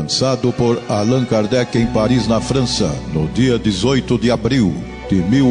lançado por Allan Kardec em Paris, na França, no dia 18 de abril de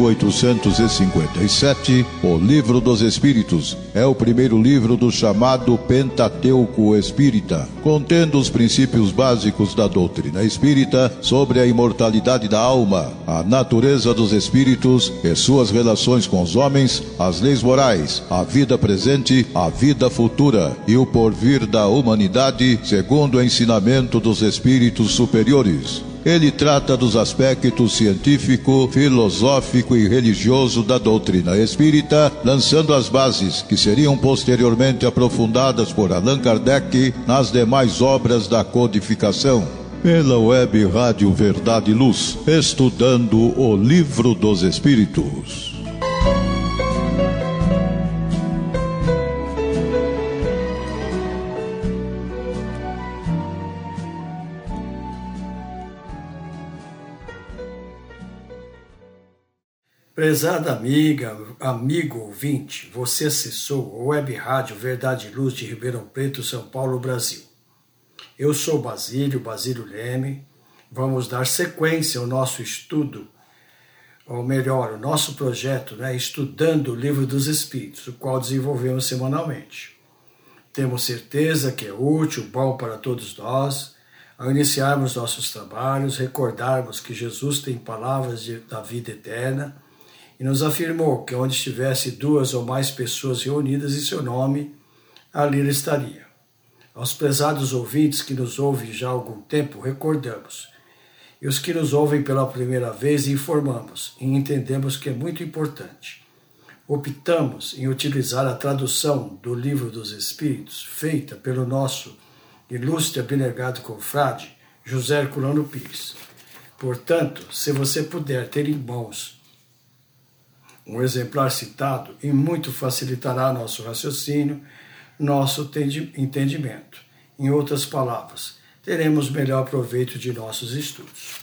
1857, o Livro dos Espíritos é o primeiro livro do chamado Pentateuco Espírita, contendo os princípios básicos da doutrina espírita sobre a imortalidade da alma, a natureza dos espíritos e suas relações com os homens, as leis morais, a vida presente, a vida futura e o porvir da humanidade, segundo o ensinamento dos espíritos superiores. Ele trata dos aspectos científico, filosófico e religioso da doutrina espírita, lançando as bases que seriam posteriormente aprofundadas por Allan Kardec nas demais obras da codificação. Pela web Rádio Verdade e Luz, estudando o Livro dos Espíritos. Prezada amiga, amigo ouvinte, você acessou a Web Rádio Verdade e Luz de Ribeirão Preto, São Paulo, Brasil. Eu sou Basílio Leme. Vamos dar sequência ao nosso estudo, ou melhor, o nosso projeto, estudando o Livro dos Espíritos, o qual desenvolvemos semanalmente. Temos certeza que é útil, bom para todos nós, ao iniciarmos nossos trabalhos, recordarmos que Jesus tem palavras da vida eterna, e nos afirmou que onde estivesse 2 ou mais pessoas reunidas em seu nome, ali ele estaria. Aos prezados ouvintes que nos ouvem já há algum tempo, recordamos. E os que nos ouvem pela primeira vez, informamos e entendemos que é muito importante. Optamos em utilizar a tradução do Livro dos Espíritos, feita pelo nosso ilustre abnegado confrade, José Herculano Pires. Portanto, se você puder ter em mãos um exemplar citado, e muito facilitará nosso raciocínio, nosso entendimento. Em outras palavras, teremos melhor proveito de nossos estudos.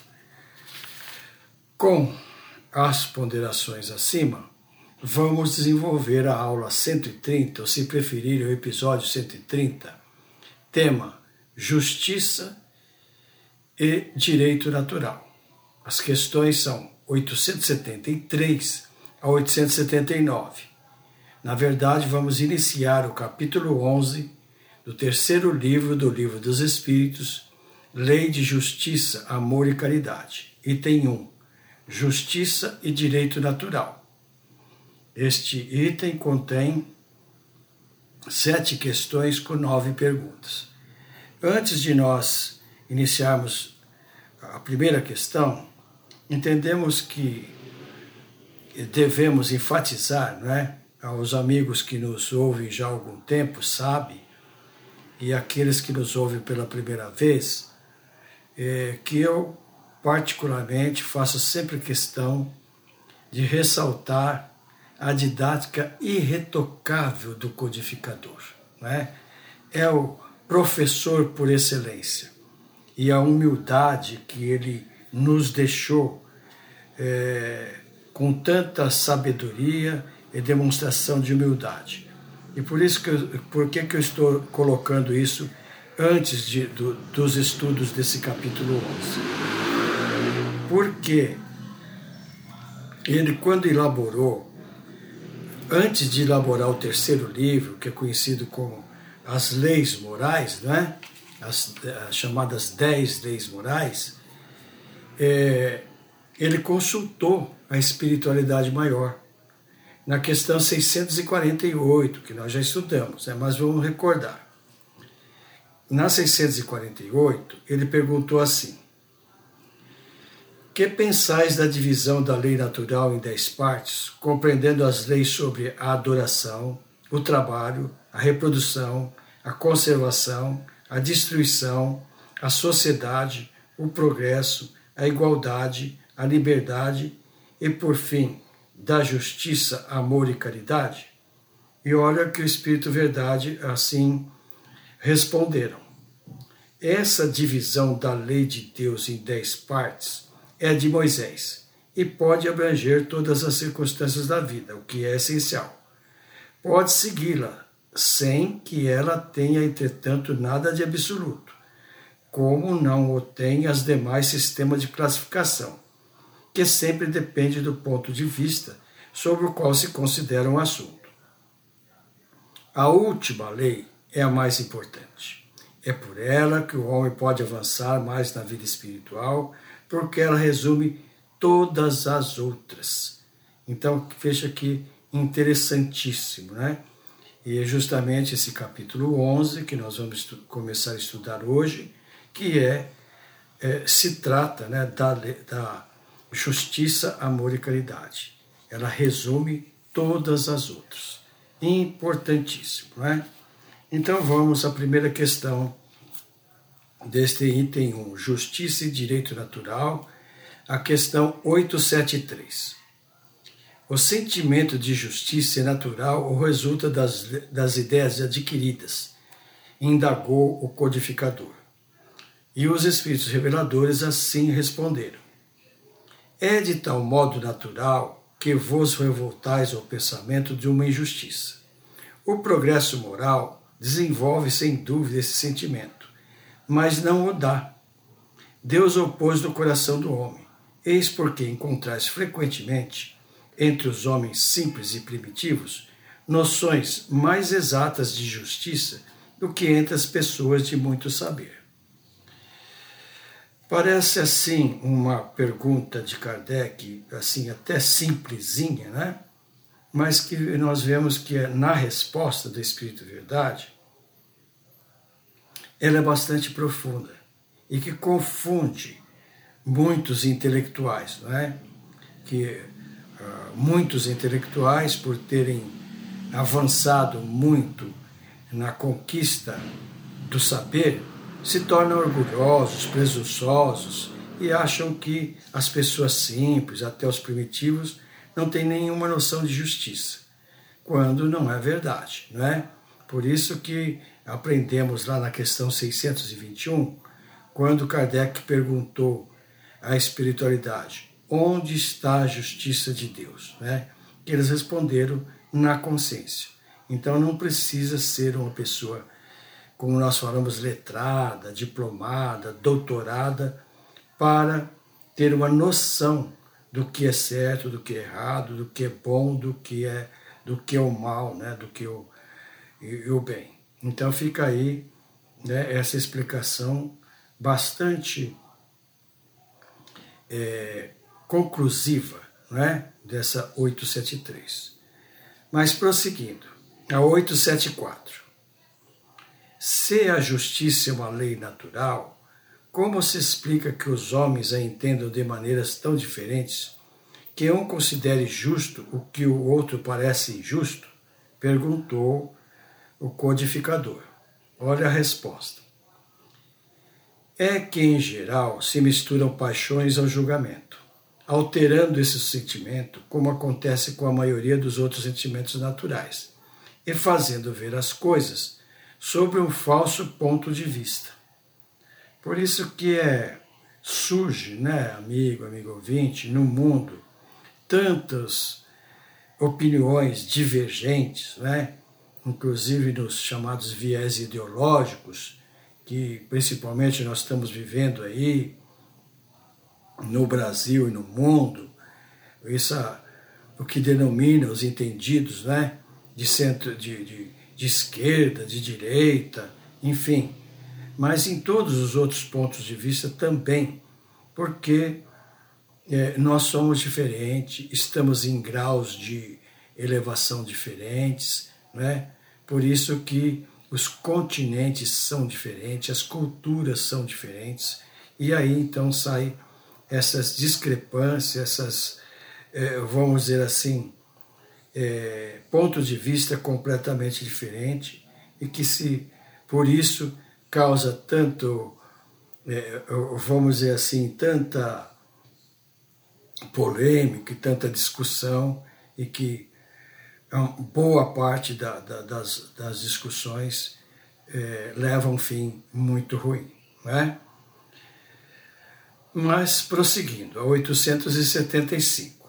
Com as ponderações acima, vamos desenvolver a aula 130, ou se preferir, o episódio 130, tema Justiça e Direito Natural. As questões são 873 a 879. Na verdade, vamos iniciar o capítulo 11 do terceiro livro do Livro dos Espíritos, Lei de Justiça, Amor e Caridade. Item 1, Justiça e Direito Natural. Este item contém 7 questões com 9 perguntas. Antes de nós iniciarmos a primeira questão, entendemos que devemos enfatizar, aos amigos que nos ouvem já há algum tempo, sabem, e aqueles que nos ouvem pela primeira vez, que eu, particularmente, faço sempre questão de ressaltar a didática irretocável do codificador. É o professor por excelência, e a humildade que ele nos deixou com tanta sabedoria e demonstração de humildade. E por que eu estou colocando isso antes dos estudos desse capítulo 11? Porque ele, quando elaborou, antes de elaborar o terceiro livro, que é conhecido como as Leis Morais, as chamadas 10 Leis Morais, ele consultou a espiritualidade maior, na questão 648, que nós já estudamos, mas vamos recordar. Na 648, ele perguntou assim: que pensais da divisão da lei natural em 10 partes, compreendendo as leis sobre a adoração, o trabalho, a reprodução, a conservação, a destruição, a sociedade, o progresso, a igualdade, a liberdade e, por fim, da justiça, amor e caridade? E olha que o Espírito Verdade assim responderam. Essa divisão da lei de Deus em 10 partes é de Moisés e pode abranger todas as circunstâncias da vida, o que é essencial. Pode segui-la sem que ela tenha, entretanto, nada de absoluto. como não o têm as demais sistemas de classificação, que sempre depende do ponto de vista sobre o qual se considera um assunto. A última lei é a mais importante. É por ela que o homem pode avançar mais na vida espiritual, porque ela resume todas as outras. Então, veja que interessantíssimo, né? E é justamente esse capítulo 11 que nós vamos começar a estudar hoje, que se trata, né, da justiça, amor e caridade. Ela resume todas as outras. Importantíssimo, né? Então vamos à primeira questão deste item 1, justiça e direito natural, a questão 873. O sentimento de justiça é natural ou resulta das ideias adquiridas, indagou o codificador. E os espíritos reveladores assim responderam. É de tal modo natural que vos revoltais ao pensamento de uma injustiça. O progresso moral desenvolve sem dúvida esse sentimento, mas não o dá. Deus o pôs no coração do homem. Eis porque encontrais frequentemente, entre os homens simples e primitivos, noções mais exatas de justiça do que entre as pessoas de muito saber. Parece assim uma pergunta de Kardec, assim até simplesinha, né? Mas que nós vemos que na resposta do Espírito Verdade, ela é bastante profunda e que confunde muitos intelectuais, não é? Que muitos intelectuais, por terem avançado muito na conquista do saber, se tornam orgulhosos, presunçosos e acham que as pessoas simples, até os primitivos, não têm nenhuma noção de justiça, quando não é verdade, não é? Por isso que aprendemos lá na questão 621, quando Kardec perguntou à espiritualidade, onde está a justiça de Deus? Né? Eles responderam, na consciência. Então não precisa ser uma pessoa, como nós falamos, letrada, diplomada, doutorada, para ter uma noção do que é certo, do que é errado, do que é bom, do que é o mal, né? Do que é o bem. Então fica aí, né, essa explicação bastante conclusiva, né, dessa 873. Mas prosseguindo, a 874. Se a justiça é uma lei natural, como se explica que os homens a entendam de maneiras tão diferentes, que um considere justo o que o outro parece injusto? Perguntou o codificador. Olha a resposta. É que, em geral, se misturam paixões ao julgamento, alterando esse sentimento, como acontece com a maioria dos outros sentimentos naturais, e fazendo ver as coisas sob um falso ponto de vista. Por isso que surge, né, amigo ouvinte, no mundo, tantas opiniões divergentes, né, inclusive nos chamados viés ideológicos, que principalmente nós estamos vivendo aí no Brasil e no mundo, o que denomina os entendidos, né, de centro, de esquerda, de direita, enfim, mas em todos os outros pontos de vista também, porque nós somos diferentes, estamos em graus de elevação diferentes, né? Por isso que os continentes são diferentes, as culturas são diferentes, e aí então saem essas discrepâncias, essas, vamos dizer assim, pontos de vista completamente diferentes, e que por isso causa tanto, vamos dizer assim, tanta polêmica e tanta discussão, e que boa parte das discussões leva a um fim muito ruim, não é? Mas, prosseguindo, a 875.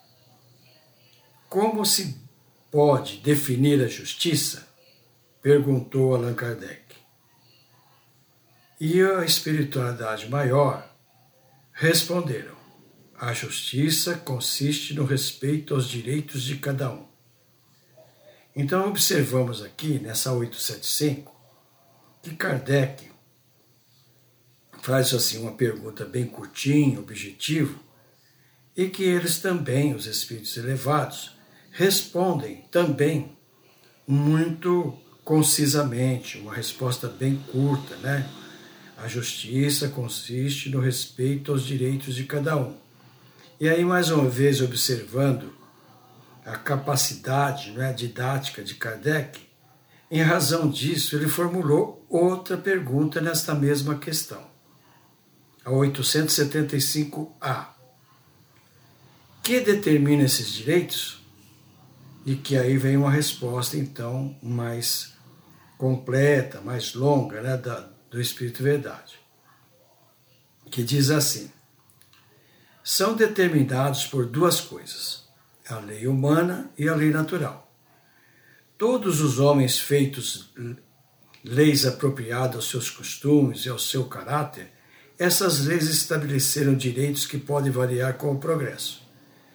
Como se pode definir a justiça? Perguntou Allan Kardec. E a espiritualidade maior responderam: a justiça consiste no respeito aos direitos de cada um. Então observamos aqui, nessa 875, que Kardec faz assim uma pergunta bem curtinha, objetivo, e que eles também, os espíritos elevados, respondem também muito concisamente, uma resposta bem curta, né? A justiça consiste no respeito aos direitos de cada um. E aí, mais uma vez, observando a capacidade, né, didática de Kardec, em razão disso, ele formulou outra pergunta nesta mesma questão, a 875A. Que determina esses direitos? E que aí vem uma resposta, então, mais completa, mais longa, né, do Espírito Verdade, que diz assim: são determinados por duas coisas, a lei humana e a lei natural. Todos os homens feitos leis apropriadas aos seus costumes e ao seu caráter, essas leis estabeleceram direitos que podem variar com o progresso.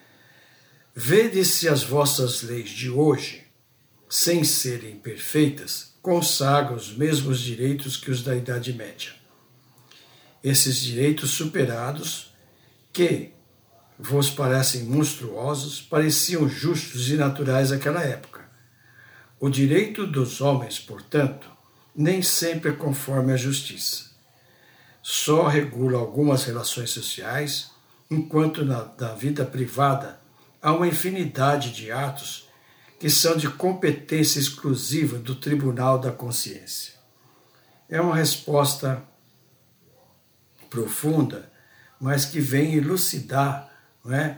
Vede se as vossas leis de hoje, sem serem perfeitas, consagram os mesmos direitos que os da Idade Média. Esses direitos superados, que vos parecem monstruosos, pareciam justos e naturais naquela época. O direito dos homens, portanto, nem sempre é conforme a justiça. Só regula algumas relações sociais, enquanto na vida privada há uma infinidade de atos que são de competência exclusiva do Tribunal da Consciência. É uma resposta profunda, mas que vem elucidar, não é?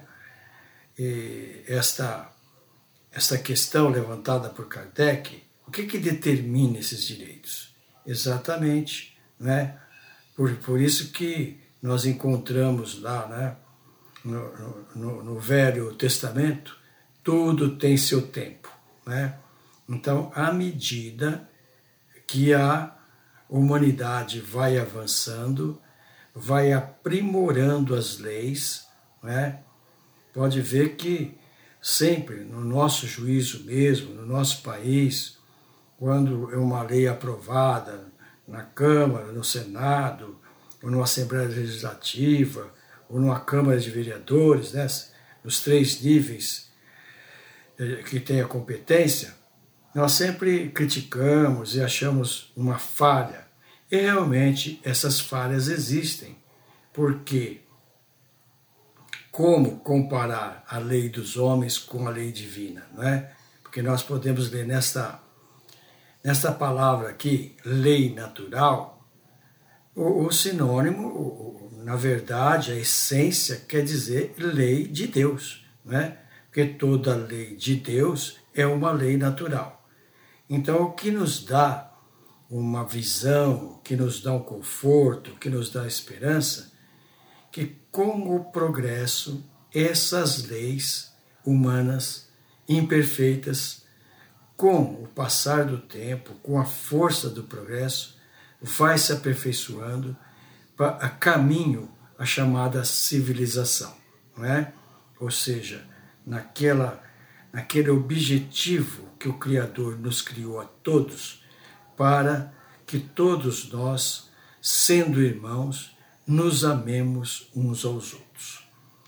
Esta questão levantada por Kardec. O que determina esses direitos? Exatamente, não é? Por isso que nós encontramos lá, né, no Velho Testamento, tudo tem seu tempo, né? Então, à medida que a humanidade vai avançando, vai aprimorando as leis, né? Pode ver que sempre, no nosso juízo mesmo, no nosso país, quando é uma lei aprovada na Câmara, no Senado, ou numa Assembleia Legislativa, ou numa Câmara de Vereadores, né, nos 3 níveis que tem a competência, nós sempre criticamos e achamos uma falha. E realmente essas falhas existem, porque como comparar a lei dos homens com a lei divina, não é? Porque nós podemos ler nesta palavra aqui, lei natural, o sinônimo, na verdade, a essência quer dizer lei de Deus, não é? Porque toda lei de Deus é uma lei natural. Então, o que nos dá uma visão, o que nos dá um conforto, o que nos dá esperança, que com o progresso, essas leis humanas imperfeitas, com o passar do tempo, com a força do progresso, vai se aperfeiçoando a caminho à chamada civilização, não é? Ou seja, naquele objetivo que o Criador nos criou a todos, para que todos nós, sendo irmãos, nos amemos uns aos outros.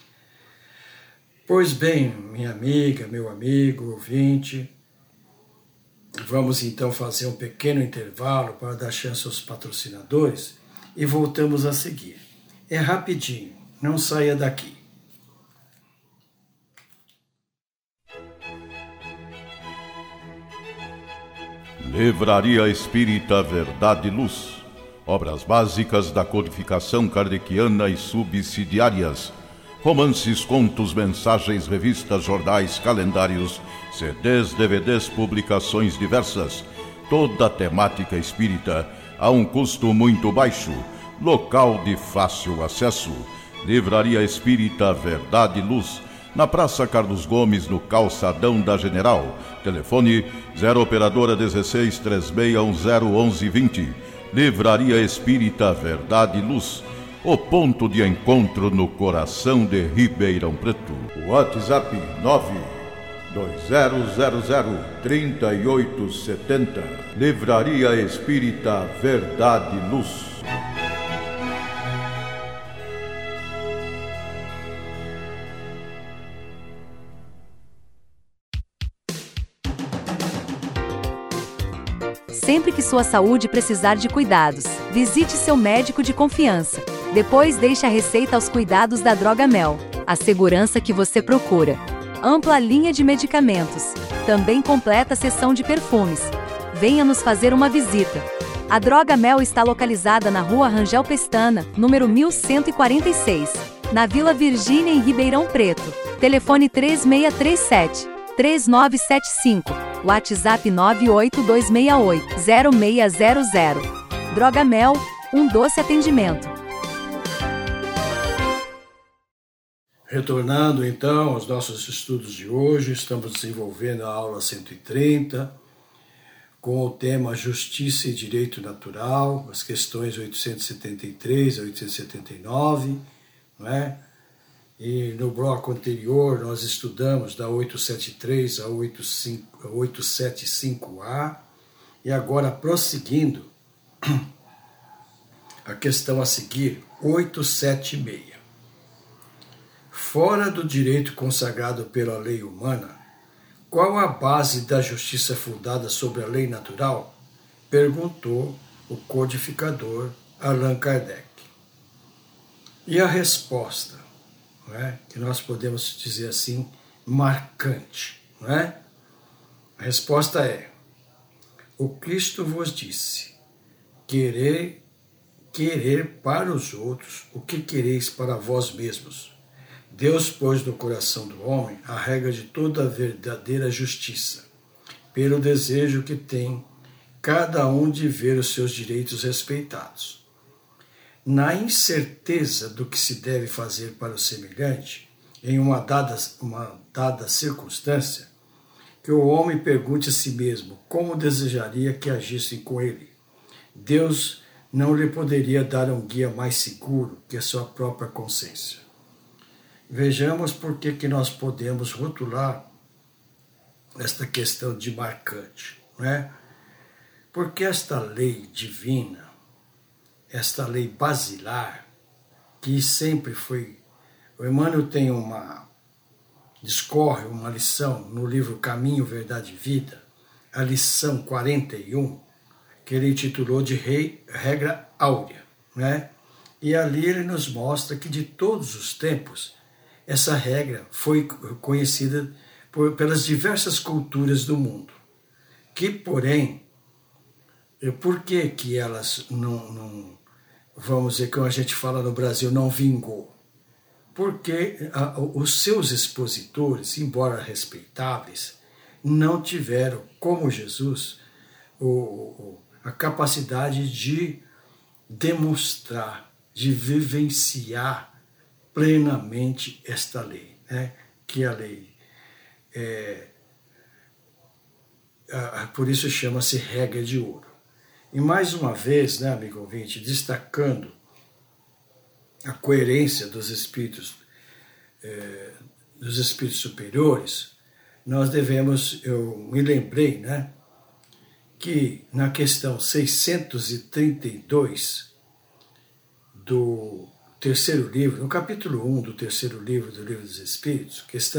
Pois bem, minha amiga, meu amigo, ouvinte, vamos então fazer um pequeno intervalo para dar chance aos patrocinadores e voltamos a seguir. É rapidinho, não saia daqui. Livraria Espírita Verdade e Luz. Obras básicas da codificação kardeciana e subsidiárias. Romances, contos, mensagens, revistas, jornais, calendários, CDs, DVDs, publicações diversas. Toda a temática espírita a um custo muito baixo. Local de fácil acesso. Livraria Espírita Verdade e Luz. Na Praça Carlos Gomes, no Calçadão da General. Telefone 0 operadora 16 3610 1120. Livraria Espírita Verdade e Luz, o ponto de encontro no coração de Ribeirão Preto. WhatsApp 920003870. Livraria Espírita Verdade e Luz. Sempre que sua saúde precisar de cuidados, visite seu médico de confiança. Depois deixe a receita aos cuidados da Droga Mel, a segurança que você procura. Ampla linha de medicamentos, também completa seção de perfumes. Venha nos fazer uma visita. A Droga Mel está localizada na Rua Rangel Pestana, número 1146, na Vila Virgínia, em Ribeirão Preto. Telefone 3637-3975. WhatsApp 98268-0600. Droga Mel, um doce atendimento. Retornando então aos nossos estudos de hoje, estamos desenvolvendo a aula 130, com o tema Justiça e Direito Natural, as questões 873 a 879, não é? E no bloco anterior nós estudamos da 873 a 875A, e agora prosseguindo, a questão a seguir, 876. Fora do direito consagrado pela lei humana, qual a base da justiça fundada sobre a lei natural? Perguntou o codificador Allan Kardec. E a resposta, não é? Que nós podemos dizer assim, marcante, não é? A resposta é: o Cristo vos disse, querer para os outros o que quereis para vós mesmos. Deus pôs no coração do homem a regra de toda a verdadeira justiça, pelo desejo que tem cada um de ver os seus direitos respeitados. Na incerteza do que se deve fazer para o semelhante, em uma dada circunstância, que o homem pergunte a si mesmo como desejaria que agissem com ele. Deus não lhe poderia dar um guia mais seguro que a sua própria consciência. Vejamos por que nós podemos rotular esta questão de marcante, não é? Porque esta lei divina, esta lei basilar, que sempre foi... O Emmanuel tem discorre uma lição no livro Caminho, Verdade e Vida, a lição 41, que ele intitulou de Regra Áurea, né? E ali ele nos mostra que de todos os tempos, essa regra foi conhecida pelas diversas culturas do mundo, que, porém, por que elas não, vamos dizer, como a gente fala no Brasil, não vingou? Porque os seus expositores, embora respeitáveis, não tiveram, como Jesus, a capacidade de demonstrar, de vivenciar plenamente esta lei, né? Que a lei por isso chama-se regra de ouro. E mais uma vez, né, amigo ouvinte, destacando a coerência dos espíritos superiores, nós devemos, eu me lembrei, né, que na questão 632 do terceiro livro, no capítulo 1 do terceiro livro do Livro dos Espíritos, questão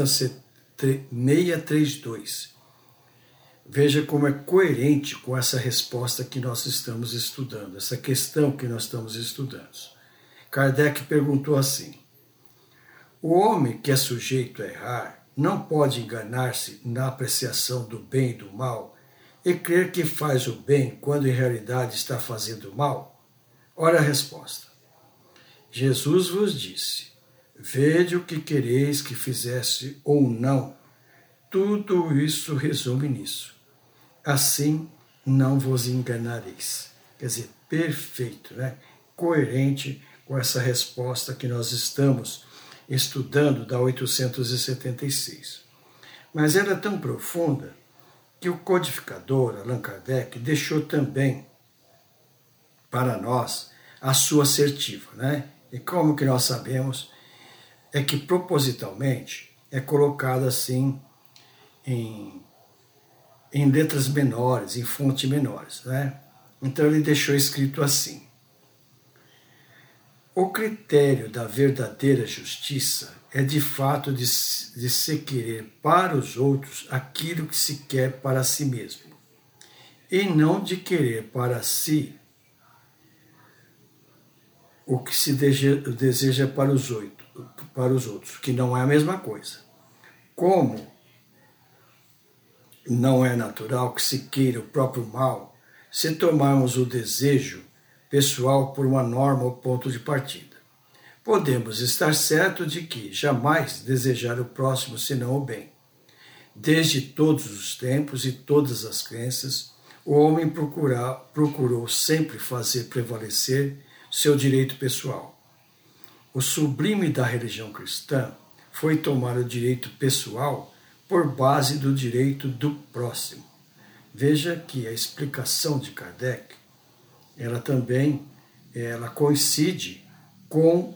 632, veja como é coerente com essa resposta que nós estamos estudando, essa questão que nós estamos estudando. Kardec perguntou assim: o homem que é sujeito a errar não pode enganar-se na apreciação do bem e do mal e crer que faz o bem quando em realidade está fazendo o mal? Ora a resposta. Jesus vos disse: vede o que quereis que fizesse ou não. Tudo isso resume nisso. Assim não vos enganareis. Quer dizer, perfeito, né? Coerente com essa resposta que nós estamos estudando da 876. Mas ela é tão profunda que o codificador Allan Kardec deixou também para nós a sua assertiva, né? E como que nós sabemos? É que propositalmente é colocado assim em letras menores, em fontes menores, né? Então ele deixou escrito assim: o critério da verdadeira justiça é de fato de se querer para os outros aquilo que se quer para si mesmo, e não de querer para si o que se deseja para os outros, que não é a mesma coisa. Como não é natural que se queira o próprio mal, se tomarmos o desejo pessoal por uma norma ou ponto de partida, podemos estar certos de que jamais desejar o próximo senão o bem. Desde todos os tempos e todas as crenças, o homem procurou sempre fazer prevalecer seu direito pessoal. O sublime da religião cristã foi tomar o direito pessoal por base do direito do próximo. Veja que a explicação de Kardec, ela coincide com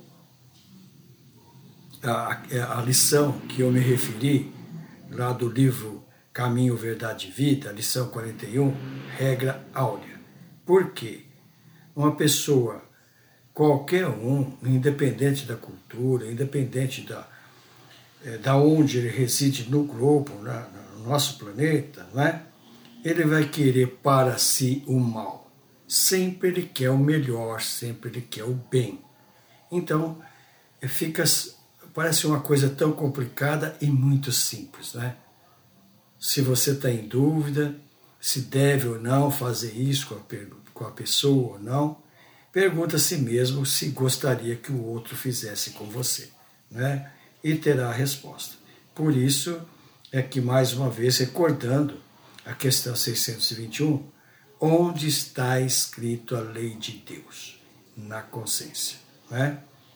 a lição que eu me referi lá do livro Caminho, Verdade e Vida, lição 41, regra áurea. Por quê? Uma pessoa, qualquer um, independente da cultura, independente da onde ele reside no globo, no nosso planeta, não é? Ele vai querer para si o mal. Sempre ele quer o melhor, sempre ele quer o bem. Então, parece uma coisa tão complicada e muito simples, né? Se você está em dúvida se deve ou não fazer isso com a pessoa ou não, pergunta a si mesmo se gostaria que o outro fizesse com você, né? E terá a resposta. Por isso é que, mais uma vez, recordando a questão 621, onde está escrito a lei de Deus? Na consciência, né?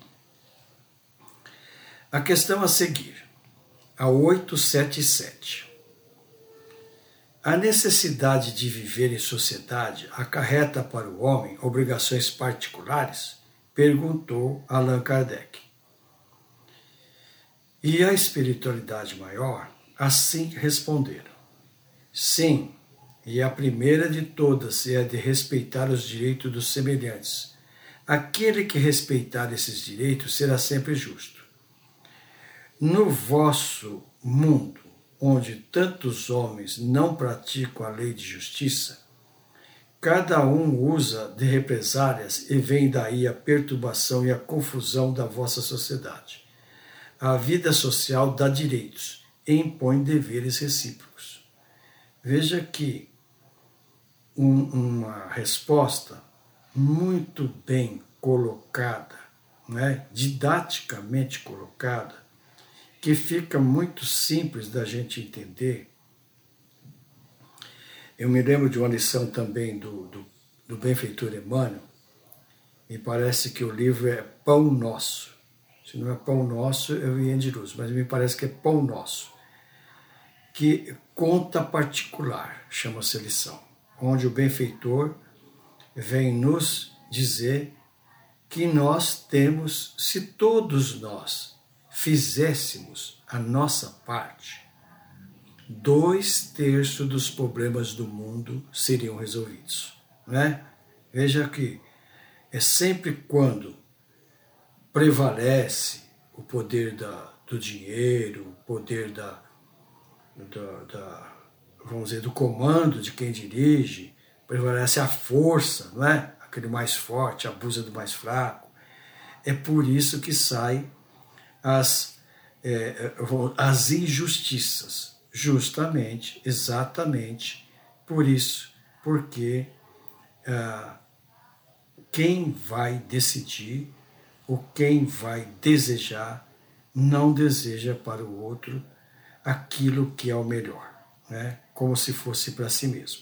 A questão a seguir, a 877. A necessidade de viver em sociedade acarreta para o homem obrigações particulares? Perguntou Allan Kardec. E a espiritualidade maior assim responderam: sim, e a primeira de todas é a de respeitar os direitos dos semelhantes. Aquele que respeitar esses direitos será sempre justo. No vosso mundo, onde tantos homens não praticam a lei de justiça, cada um usa de represálias e vem daí a perturbação e a confusão da vossa sociedade. A vida social dá direitos e impõe deveres recíprocos. Veja que uma resposta muito bem colocada, né, didaticamente colocada, que fica muito simples da gente entender. Eu me lembro de uma lição também do benfeitor Emmanuel, me parece que o livro é Pão Nosso. Se não é Pão Nosso, eu ia de luz, mas me parece que é Pão Nosso, que conta particular, chama-se lição, onde o benfeitor vem nos dizer que nós temos, se todos nós fizéssemos a nossa parte, 2/3 dos problemas do mundo seriam resolvidos, né? Veja que é sempre quando prevalece o poder do dinheiro, o poder vamos dizer, do comando de quem dirige, prevalece a força, não é? Aquele mais forte abusa do mais fraco. É por isso que saem as injustiças, justamente, exatamente por isso, porque quem vai decidir ou quem vai desejar não deseja para o outro aquilo que é o melhor, né? Como se fosse para si mesmo.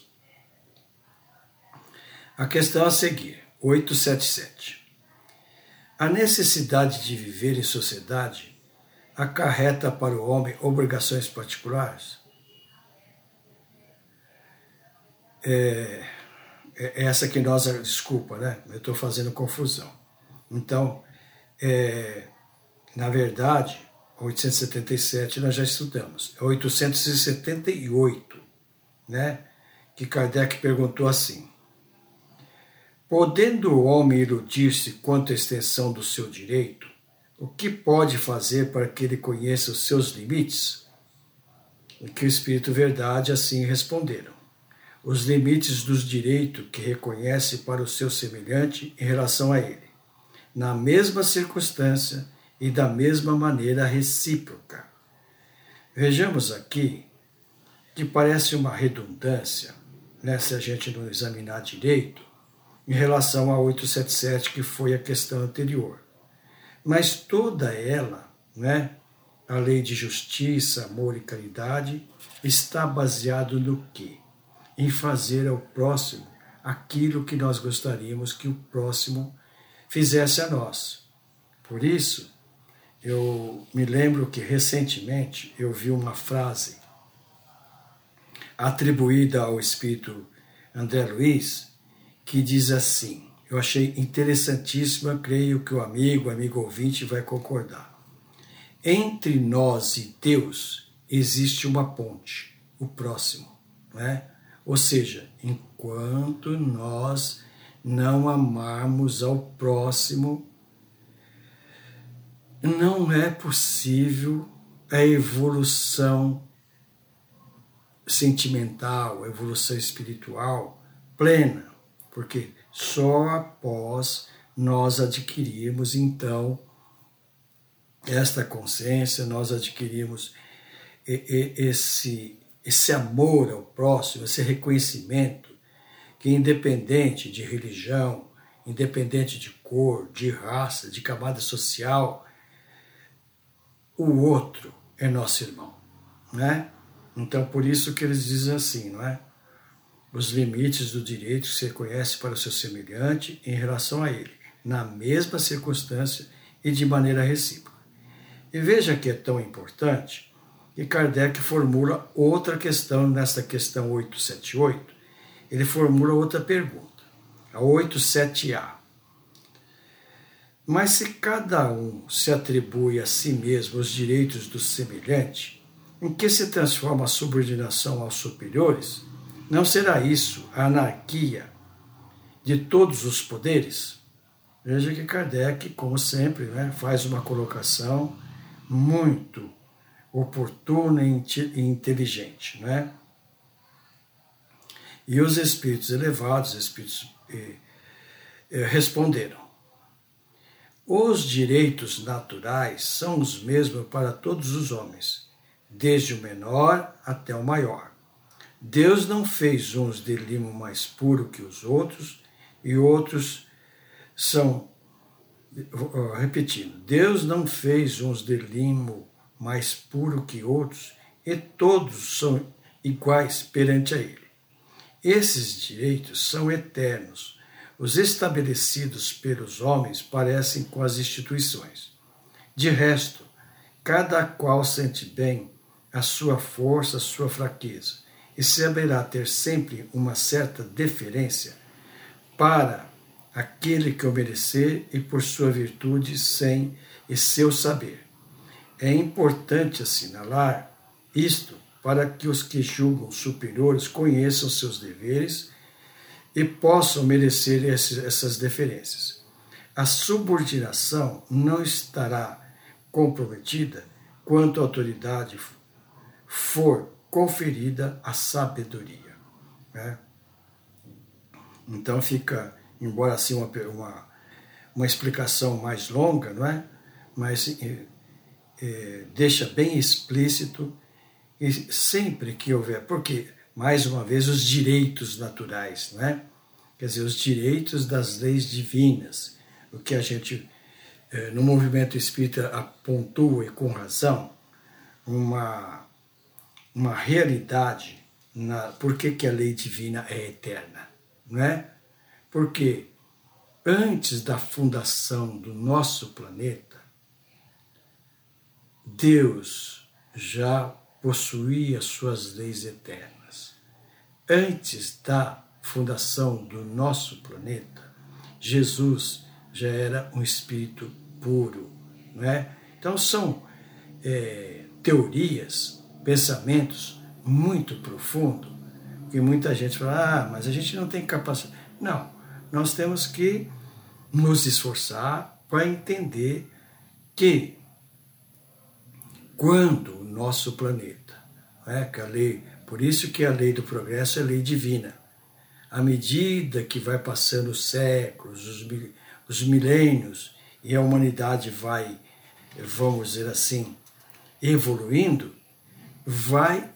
A questão a seguir, 877. A necessidade de viver em sociedade acarreta para o homem obrigações particulares? é essa que nós... Desculpa, né? Eu estou fazendo confusão. Então, na verdade, 877 nós já estudamos. É 878, né? Que Kardec perguntou assim: podendo o homem iludir-se quanto à extensão do seu direito, o que pode fazer para que ele conheça os seus limites? E que o Espírito Verdade assim responderam: os limites dos direitos que reconhece para o seu semelhante em relação a ele, na mesma circunstância e da mesma maneira recíproca. Vejamos aqui que parece uma redundância, né, se a gente não examinar direito, em relação a 877, que foi a questão anterior. Mas toda ela, né, a lei de justiça, amor e caridade, está baseado no quê? Em fazer ao próximo aquilo que nós gostaríamos que o próximo fizesse a nós. Por isso, eu me lembro que recentemente eu vi uma frase atribuída ao espírito André Luiz, que diz assim, eu achei interessantíssima, creio que o amigo ouvinte vai concordar. Entre nós e Deus existe uma ponte, o próximo, né? Ou seja, enquanto nós não amarmos ao próximo, não é possível a evolução sentimental, a evolução espiritual plena, porque só após nós adquirirmos, então, esta consciência, nós adquirimos esse amor ao próximo, esse reconhecimento, que independente de religião, independente de cor, de raça, de camada social, o outro é nosso irmão, né? Então, por isso que eles dizem assim, não é? Os limites do direito que se reconhece para o seu semelhante em relação a ele, na mesma circunstância e de maneira recíproca. E veja que é tão importante que Kardec formula outra questão, nessa questão 878, ele formula outra pergunta, a 87A. Mas se cada um se atribui a si mesmo os direitos do semelhante, em que se transforma a subordinação aos superiores, não será isso a anarquia de todos os poderes? Veja que Kardec, como sempre, né, faz uma colocação muito oportuna e inteligente, né? E os espíritos elevados, responderam: os direitos naturais são os mesmos para todos os homens, desde o menor até o maior. Deus não fez uns de limo mais puro que os outros, e outros são... Repetindo, Deus não fez uns de limo mais puro que outros, e todos são iguais perante a Ele. Esses direitos são eternos. Os estabelecidos pelos homens parecem com as instituições. De resto, cada qual sente bem a sua força, a sua fraqueza, e saberá ter sempre uma certa deferência para aquele que o merecer e por sua virtude e seu saber. É importante assinalar isto para que os que julgam superiores conheçam seus deveres e possam merecer essas deferências. A subordinação não estará comprometida quanto a autoridade for conferida à sabedoria, né? Então fica, embora assim uma explicação mais longa, não é? Mas deixa bem explícito, e sempre que houver, porque, mais uma vez, os direitos naturais, né? Quer dizer, os direitos das leis divinas, o que a gente, no movimento espírita, pontua, e com razão, uma realidade, por que a lei divina é eterna, não é? Porque antes da fundação do nosso planeta, Deus já possuía suas leis eternas. Antes da fundação do nosso planeta, Jesus já era um espírito puro, não é? Então são teorias, pensamentos muito profundos, que muita gente fala, mas a gente não tem capacidade. Não, nós temos que nos esforçar para entender que quando o nosso planeta, que a lei, por isso que a lei do progresso é lei divina, à medida que vai passando os séculos, os milênios, e a humanidade vai, vamos dizer assim, evoluindo, vai,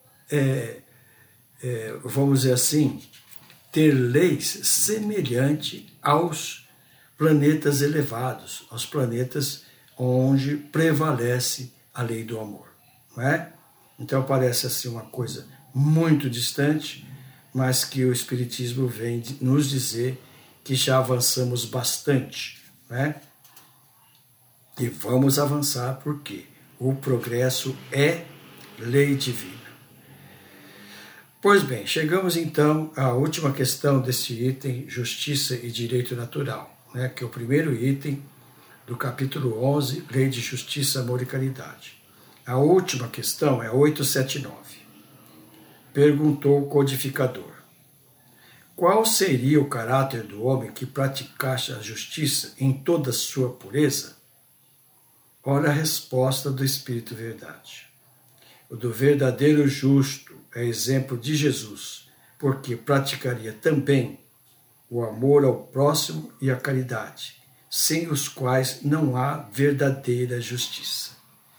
vamos dizer assim, ter leis semelhantes aos planetas elevados, aos planetas onde prevalece a lei do amor, não é? Então parece assim uma coisa muito distante, mas que o Espiritismo vem nos dizer que já avançamos bastante, não é? E vamos avançar porque o progresso é lei divina. Pois bem, chegamos então à última questão desse item, justiça e direito natural, que é o primeiro item do capítulo 11, Lei de Justiça, Amor e Caridade. A última questão é 879. Perguntou o codificador: qual seria o caráter do homem que praticasse a justiça em toda a sua pureza? Olha a resposta do Espírito Verdade. O do verdadeiro justo é exemplo de Jesus, porque praticaria também o amor ao próximo e a caridade, sem os quais não há verdadeira justiça.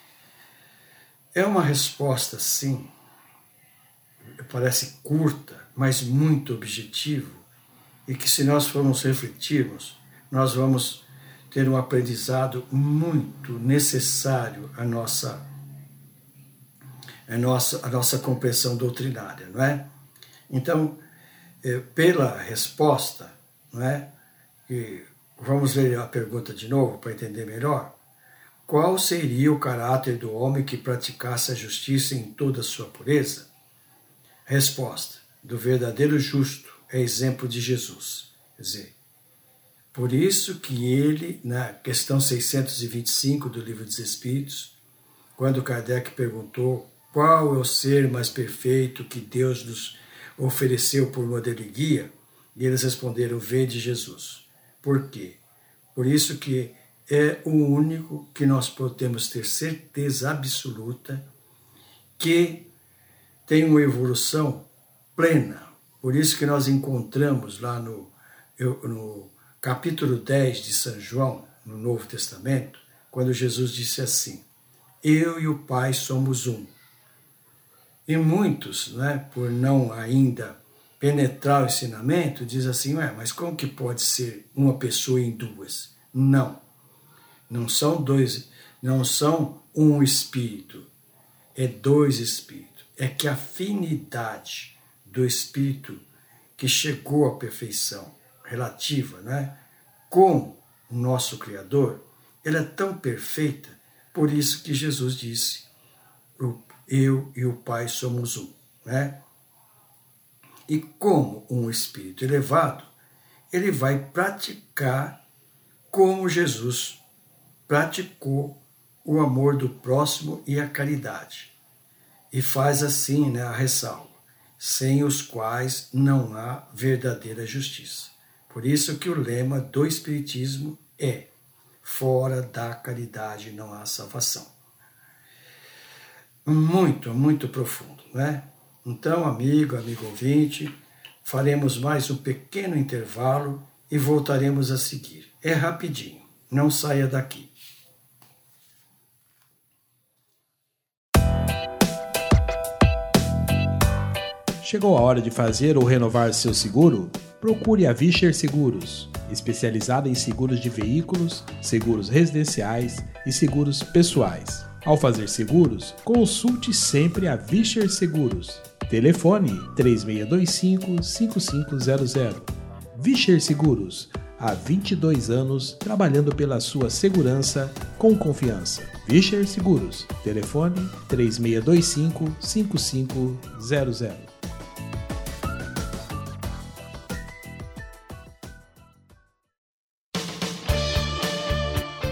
É uma resposta, sim, parece curta, mas muito objetiva, e que se nós formos refletirmos, nós vamos ter um aprendizado muito necessário à nossa compreensão doutrinária, não é? Então, pela resposta, não é? E vamos ler a pergunta de novo para entender melhor. Qual seria o caráter do homem que praticasse a justiça em toda a sua pureza? Resposta: do verdadeiro justo é exemplo de Jesus. Quer dizer, por isso que ele, na questão 625 do Livro dos Espíritos, quando Kardec perguntou qual é o ser mais perfeito que Deus nos ofereceu por modelo e guia, e eles responderam: vede Jesus. Por quê? Por isso que é o único que nós podemos ter certeza absoluta que tem uma evolução plena. Por isso que nós encontramos lá no capítulo 10 de São João, no Novo Testamento, quando Jesus disse assim: eu e o Pai somos um. E muitos, por não ainda penetrar o ensinamento, diz assim, mas como que pode ser uma pessoa em duas? Não são dois, não são um espírito, é dois espíritos. É que a afinidade do espírito que chegou à perfeição relativa, com o nosso Criador, ela é tão perfeita, por isso que Jesus disse, eu e o Pai somos um. E como um espírito elevado, ele vai praticar como Jesus praticou o amor do próximo e a caridade. E faz assim, a ressalva, sem os quais não há verdadeira justiça. Por isso que o lema do Espiritismo é: fora da caridade não há salvação. Muito, muito profundo, Então, amigo ouvinte, faremos mais um pequeno intervalo e voltaremos a seguir. É rapidinho, não saia daqui. Chegou a hora de fazer ou renovar seu seguro? Procure a Vischer Seguros, especializada em seguros de veículos, seguros residenciais e seguros pessoais. Ao fazer seguros, consulte sempre a Vischer Seguros. Telefone 3625-5500. Vischer Seguros, há 22 anos trabalhando pela sua segurança com confiança. Vischer Seguros, telefone 3625-5500.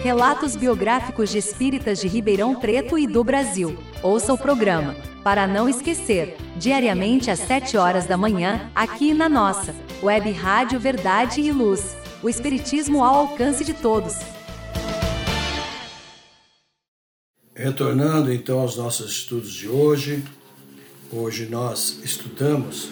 Relatos biográficos de espíritas de Ribeirão Preto e do Brasil. Ouça o programa Para Não Esquecer, diariamente às 7 horas da manhã, aqui na nossa Web Rádio Verdade e Luz. O Espiritismo ao alcance de todos. Retornando então aos nossos estudos de hoje. Hoje nós estudamos,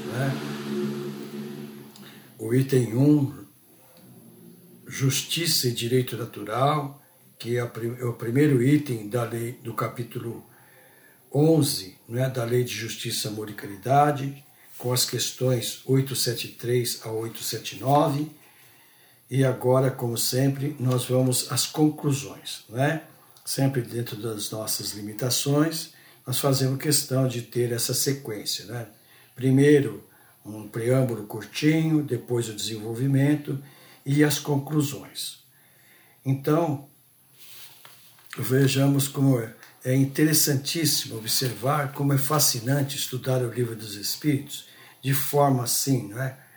o item 1, Justiça e Direito Natural, que é o primeiro item da lei, do capítulo 11, da Lei de Justiça, Amor e Caridade, com as questões 873 a 879. E agora, como sempre, nós vamos às conclusões, Sempre dentro das nossas limitações, nós fazemos questão de ter essa sequência, Primeiro, um preâmbulo curtinho, depois o desenvolvimento e as conclusões. Então, vejamos como é interessantíssimo observar como é fascinante estudar o Livro dos Espíritos de forma assim,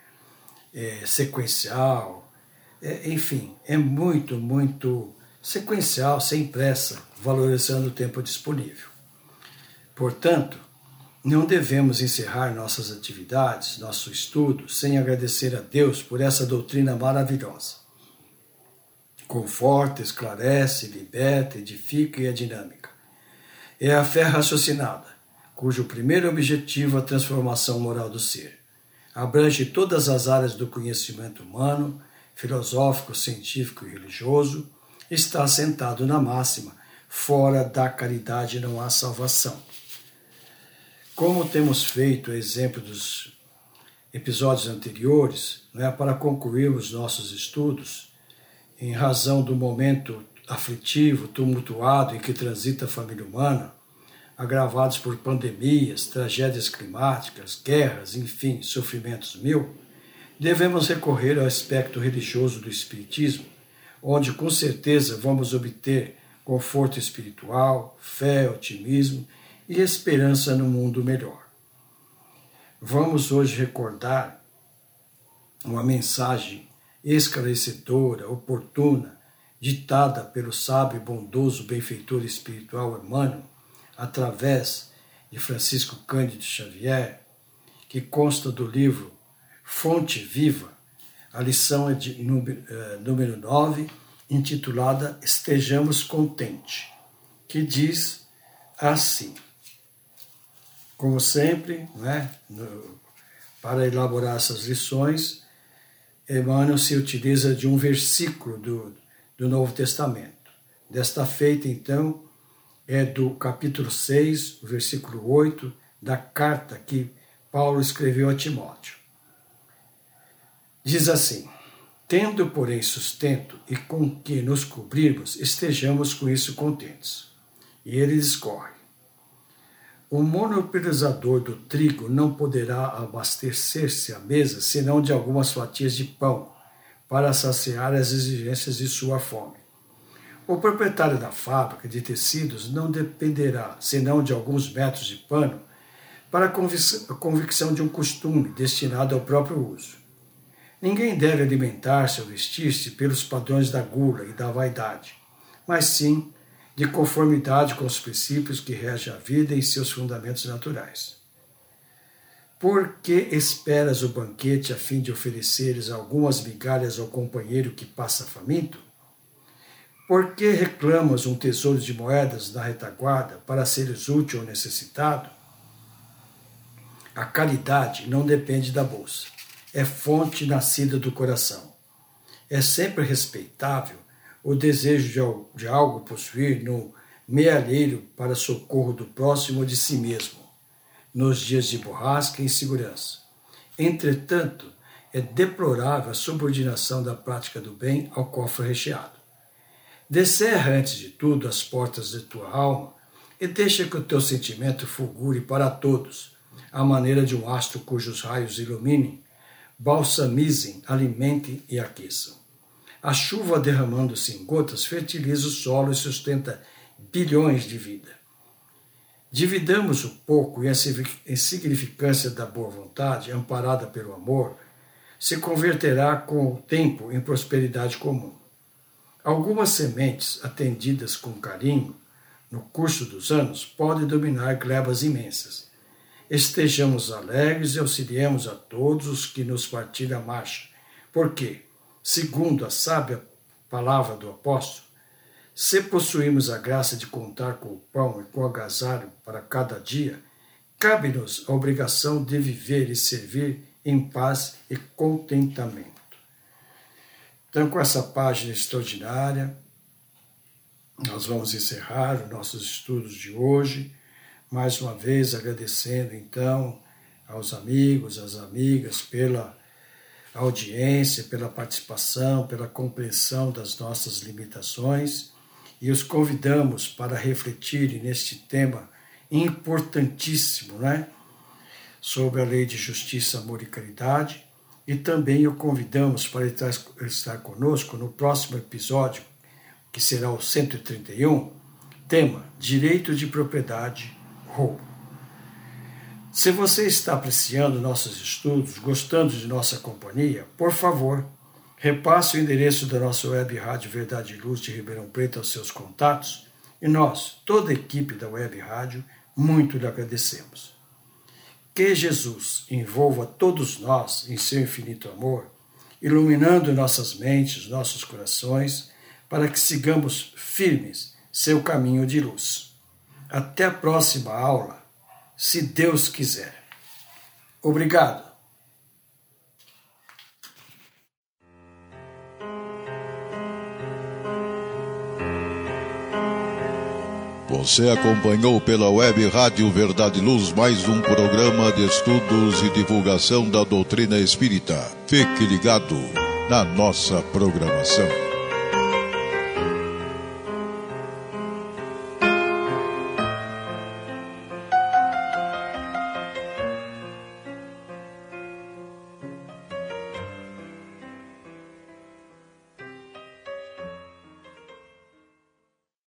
sequencial, enfim, é muito, muito sequencial, sem pressa, valorizando o tempo disponível. Portanto, não devemos encerrar nossas atividades, nosso estudo, sem agradecer a Deus por essa doutrina maravilhosa. Conforta, esclarece, liberta, edifica e é dinâmica. É a fé raciocinada, cujo primeiro objetivo é a transformação moral do ser. Abrange todas as áreas do conhecimento humano, filosófico, científico e religioso, está assentado na máxima, fora da caridade não há salvação. Como temos feito a exemplo dos episódios anteriores, para concluirmos nossos estudos, em razão do momento aflitivo, tumultuado em que transita a família humana, agravados por pandemias, tragédias climáticas, guerras, enfim, sofrimentos mil, devemos recorrer ao aspecto religioso do Espiritismo, onde com certeza vamos obter conforto espiritual, fé, otimismo e esperança no mundo melhor. Vamos hoje recordar uma mensagem esclarecedora, oportuna, ditada pelo sábio e bondoso benfeitor espiritual Emmanuel, através de Francisco Cândido Xavier, que consta do livro Fonte Viva. A lição é de número 9, intitulada Estejamos Contentes, que diz assim. Como sempre, para elaborar essas lições, Emmanuel se utiliza de um versículo do Novo Testamento. Desta feita, então, é do capítulo 6, versículo 8, da carta que Paulo escreveu a Timóteo. Diz assim: tendo, porém, sustento e com que nos cobrirmos, estejamos com isso contentes. E ele discorre: o monopolizador do trigo não poderá abastecer-se à mesa senão de algumas fatias de pão, para saciar as exigências de sua fome. O proprietário da fábrica de tecidos não dependerá senão de alguns metros de pano para a convicção de um costume destinado ao próprio uso. Ninguém deve alimentar-se ou vestir-se pelos padrões da gula e da vaidade, mas sim de conformidade com os princípios que regem a vida e seus fundamentos naturais. Por que esperas o banquete a fim de ofereceres algumas migalhas ao companheiro que passa faminto? Por que reclamas um tesouro de moedas na retaguarda para seres útil ou necessitado? A caridade não depende da bolsa. É fonte nascida do coração. É sempre respeitável o desejo de algo possuir no mealheiro para socorro do próximo ou de si mesmo, nos dias de borrasca e insegurança. Entretanto, é deplorável a subordinação da prática do bem ao cofre recheado. Descerra, antes de tudo, as portas de tua alma e deixa que o teu sentimento fulgure para todos, à maneira de um astro cujos raios iluminem, balsamizem, alimentem e aqueçam. A chuva, derramando-se em gotas, fertiliza o solo e sustenta bilhões de vida. Dividamos o pouco e a insignificância da boa vontade, amparada pelo amor, se converterá com o tempo em prosperidade comum. Algumas sementes atendidas com carinho no curso dos anos podem dominar glebas imensas. Estejamos alegres e auxiliemos a todos os que nos partilham a marcha, porque, segundo a sábia palavra do apóstolo, se possuímos a graça de contar com o pão e com o agasalho para cada dia, cabe-nos a obrigação de viver e servir em paz e contentamento. Então, com essa página extraordinária, nós vamos encerrar os nossos estudos de hoje, mais uma vez agradecendo, então, aos amigos, às amigas, pela audiência, pela participação, pela compreensão das nossas limitações, e os convidamos para refletirem neste tema importantíssimo, sobre a lei de justiça, amor e caridade, e também o convidamos para estar conosco no próximo episódio, que será o 131, tema Direito de Propriedade, Roubo. Se você está apreciando nossos estudos, gostando de nossa companhia, por favor, repasse o endereço da nossa web rádio Verdade e Luz de Ribeirão Preto aos seus contatos e nós, toda a equipe da web rádio, muito lhe agradecemos. Que Jesus envolva todos nós em seu infinito amor, iluminando nossas mentes, nossos corações, para que sigamos firmes seu caminho de luz. Até a próxima aula, se Deus quiser. Obrigado. Você acompanhou pela web Rádio Verdade e Luz mais um programa de estudos e divulgação da doutrina espírita. Fique ligado na nossa programação.